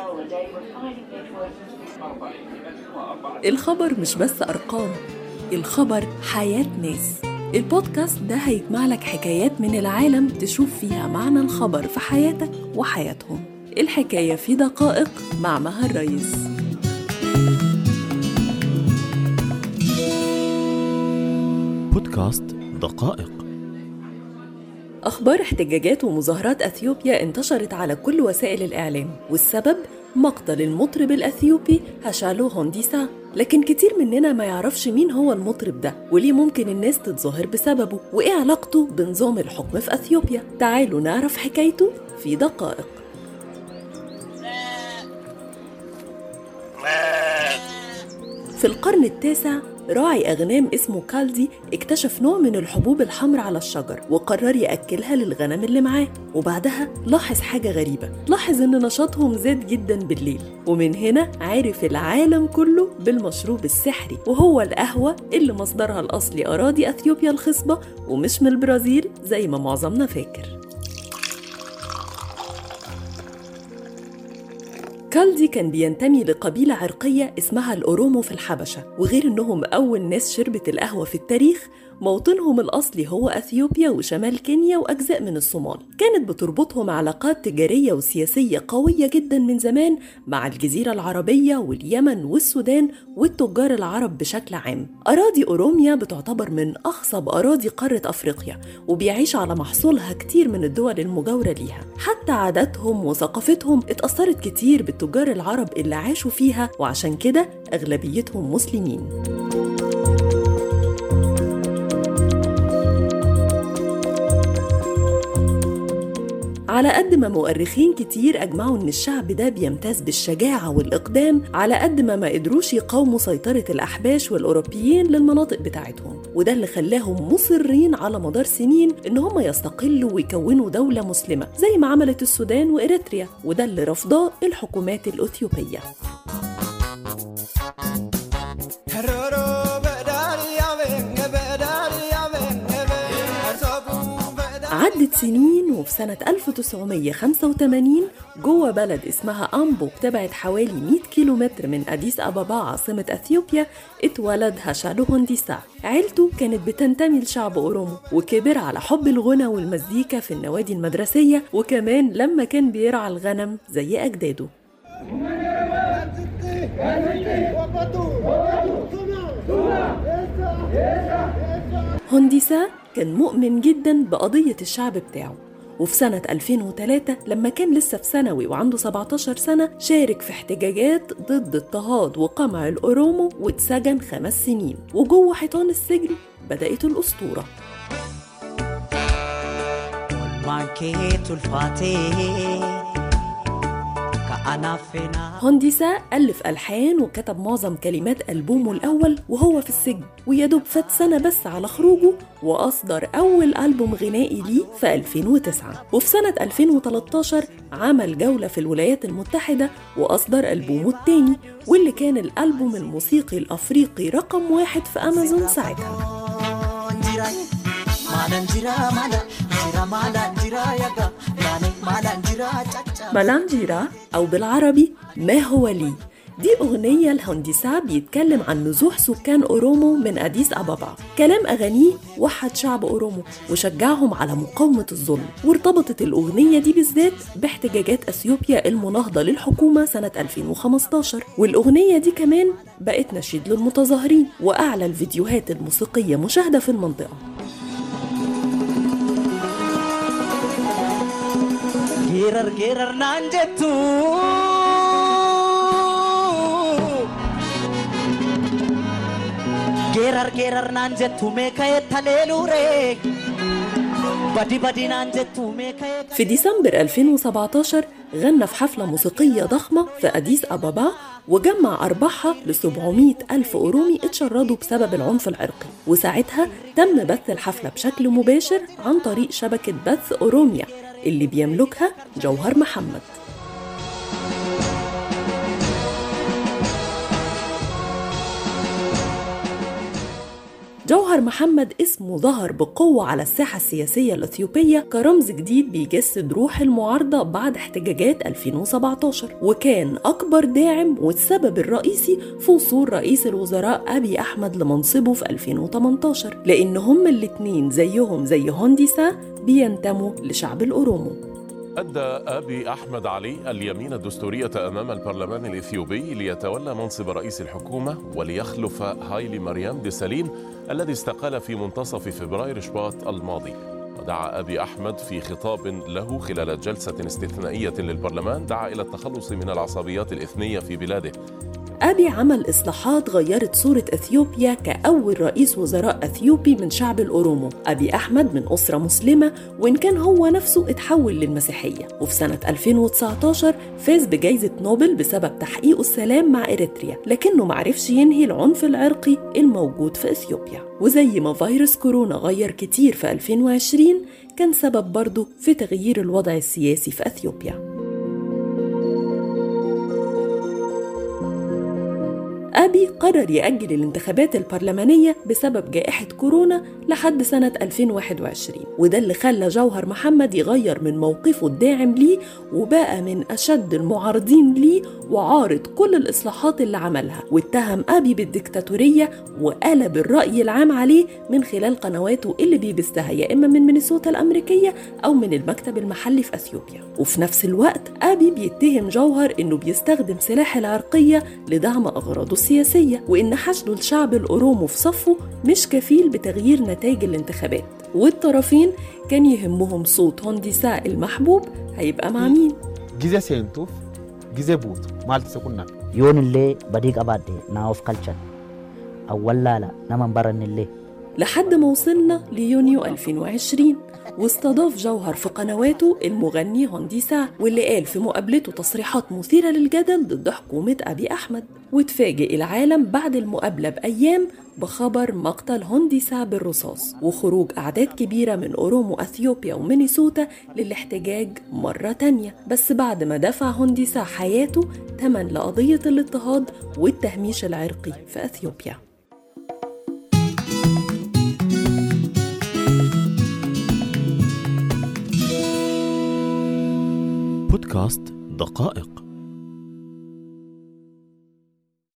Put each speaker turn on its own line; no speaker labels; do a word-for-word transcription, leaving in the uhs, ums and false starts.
الخبر مش بس أرقام، الخبر حياة ناس. البودكاست ده هيجمع لك حكايات من العالم تشوف فيها معنى الخبر في حياتك وحياتهم. الحكاية في دقائق مع مها الرئيس.
بودكاست دقائق.
أخبار احتجاجات ومظاهرات أثيوبيا انتشرت على كل وسائل الإعلام، والسبب مقتل المطرب الأثيوبي هاشالو هونديسا. لكن كتير مننا ما يعرفش مين هو المطرب ده وليه ممكن الناس تتظاهر بسببه وإيه علاقته بنظام الحكم في أثيوبيا. تعالوا نعرف حكايته في دقائق. في القرن التاسع راعي أغنام اسمه كالدي اكتشف نوع من الحبوب الحمراء على الشجر وقرر يأكلها للغنم اللي معاه. وبعدها لاحظ حاجة غريبة، لاحظ إن نشاطهم زاد جدا بالليل، ومن هنا عرف العالم كله بالمشروب السحري، وهو القهوة اللي مصدرها الأصلي أراضي أثيوبيا الخصبة ومش من البرازيل زي ما معظمنا فاكر. كالدي كان بينتمي لقبيلة عرقية اسمها الأورومو في الحبشة، وغير إنهم أول ناس شربت القهوة في التاريخ، موطنهم الأصلي هو أثيوبيا وشمال كينيا وأجزاء من الصومال. كانت بتربطهم علاقات تجارية وسياسية قوية جدا من زمان مع الجزيرة العربية واليمن والسودان والتجار العرب بشكل عام. أراضي أوروميا بتعتبر من أخصب أراضي قارة أفريقيا، وبيعيش على محصولها كتير من الدول المجاورة ليها. حتى عاداتهم وثقافتهم اتأثرت كتير بالتجار العرب اللي عاشوا فيها، وعشان كده أغلبيتهم مسلمين. على قد ما مؤرخين كتير أجمعوا إن الشعب ده بيمتاز بالشجاعة والإقدام، على قد ما ما قدروش يقاوموا سيطرة الأحباش والأوروبيين للمناطق بتاعتهم، وده اللي خلاهم مصرين على مدار سنين إن هم يستقلوا ويكونوا دولة مسلمة زي ما عملت السودان وإريتريا، وده اللي رفضاه الحكومات الأثيوبية. عدت سنين، وفي سنة ألف وتسعمية وخمسة وثمانين جوه بلد اسمها أمبو بتبعد حوالي مئة كيلومتر من أديس أبابا عاصمة أثيوبيا اتولد هاشالو هونديسا. عيلته كانت بتنتمي لشعب أورومو، وكبر على حب الغنى والمزيكا في النوادي المدرسية، وكمان لما كان بيرعى الغنم زي أجداده. هونديسا كان مؤمن جدا بقضية الشعب بتاعه، وفي سنة ألفين وثلاثة لما كان لسه في ثانوي وعنده سبعتاشر سنة شارك في احتجاجات ضد اضطهاد وقمع الأورومو واتسجن خمس سنين، وجوه حيطان السجن بدأت الأسطورة. هونديسا ألف ألحان وكتب معظم كلمات ألبومه الأول وهو في السجن، ويدوب فات سنة بس على خروجه وأصدر أول ألبوم غنائي ليه في ألفين وتسعة. وفي سنة ألفين وتلتاشر عمل جولة في الولايات المتحدة وأصدر ألبومه الثاني، واللي كان الألبوم الموسيقي الأفريقي رقم واحد في أمازون ساعتها. مالانجيرا أو بالعربي ما هو لي، دي أغنية لهونديسا بيتكلم عن نزوح سكان أورومو من أديس أبابا. كلام أغانيه وحد شعب أورومو وشجعهم على مقاومة الظلم، وارتبطت الأغنية دي بالذات باحتجاجات أثيوبيا المناهضة للحكومة سنة ألفين وخمستاشر، والأغنية دي كمان بقت نشيد للمتظاهرين وأعلى الفيديوهات الموسيقية مشاهدة في المنطقة.
Gerar gerar nanjetu Gerar gerar nanjetu mekayet talelure Badi badi nanjetu mekayet.
في ديسمبر ألفين وسبعتاشر غنى في حفلة موسيقية ضخمة في أديس أبابا، وجمع أرباحها ل سبعمئة ألف أورومي اتشردوا بسبب العنف العرقي، وساعتها تم بث الحفلة بشكل مباشر عن طريق شبكة بث أوروميا اللي بيملكها جوهر محمد. جوهر محمد اسمه ظهر بقوة على الساحة السياسية الأثيوبية كرمز جديد بيجسد روح المعارضة بعد احتجاجات ألفين وسبعتاشر، وكان أكبر داعم والسبب الرئيسي في وصول رئيس الوزراء أبي أحمد لمنصبه في ألفين وتمنتاشر، لأن هم الاتنين زيهم زي هونديسا بينتموا لشعب الأورومو.
أدى أبي أحمد علي اليمين الدستورية أمام البرلمان الإثيوبي ليتولى منصب رئيس الحكومة وليخلف هايلي مريم ديسالين الذي استقال في منتصف فبراير شباط الماضي. ودعا أبي أحمد في خطاب له خلال جلسة استثنائية للبرلمان دعا إلى التخلص من العصبيات الإثنية في بلاده.
أبي عمل إصلاحات غيرت صورة أثيوبيا كأول رئيس وزراء أثيوبي من شعب الأورومو. أبي أحمد من أسرة مسلمة وإن كان هو نفسه اتحول للمسيحية، وفي سنة ألفين وتسعتاشر فاز بجائزة نوبل بسبب تحقيقه السلام مع إريتريا، لكنه معرفش ينهي العنف العرقي الموجود في أثيوبيا. وزي ما فيروس كورونا غير كتير في ألفين وعشرين، كان سبب برضه في تغيير الوضع السياسي في أثيوبيا. أبي قرر يأجل الانتخابات البرلمانية بسبب جائحة كورونا لحد سنة ألفين وواحد وعشرين، وده اللي خلى جوهر محمد يغير من موقفه الداعم ليه وبقى من أشد المعارضين ليه وعارض كل الإصلاحات اللي عملها، واتهم أبي بالديكتاتورية وقلب الرأي العام عليه من خلال قنواته اللي بيبثها يا إما من مينيسوتا الأمريكية أو من المكتب المحلي في أثيوبيا. وفي نفس الوقت أبي بيتهم جوهر إنه بيستخدم سلاح العرقية لدعم أغراضه السياسية، وإن حشد الشعب الأورومو في صفه مش كفيل بتغيير نتائج الانتخابات، والطرفين كان يهمهم صوت هونديسا المحبوب هيبقى مع مين.
جيزة سينتوف جيزة بوت مالت سكونك
يون اللي بديك أبادي ناوف كالشان أو ولا لا نمان برن اللي
لحد ما وصلنا ليونيو ألفين وعشرين، واستضاف جوهر في قنواته المغني هونديسا، واللي قال في مقابلته تصريحات مثيرة للجدل ضد حكومة أبي أحمد. وتفاجئ العالم بعد المقابلة بأيام بخبر مقتل هونديسا بالرصاص وخروج أعداد كبيرة من أورومو أثيوبيا ومينيسوتا للاحتجاج مرة تانية، بس بعد ما دفع هونديسا حياته تمن لقضية الاضطهاد والتهميش العرقي في أثيوبيا.
بودكاست دقائق.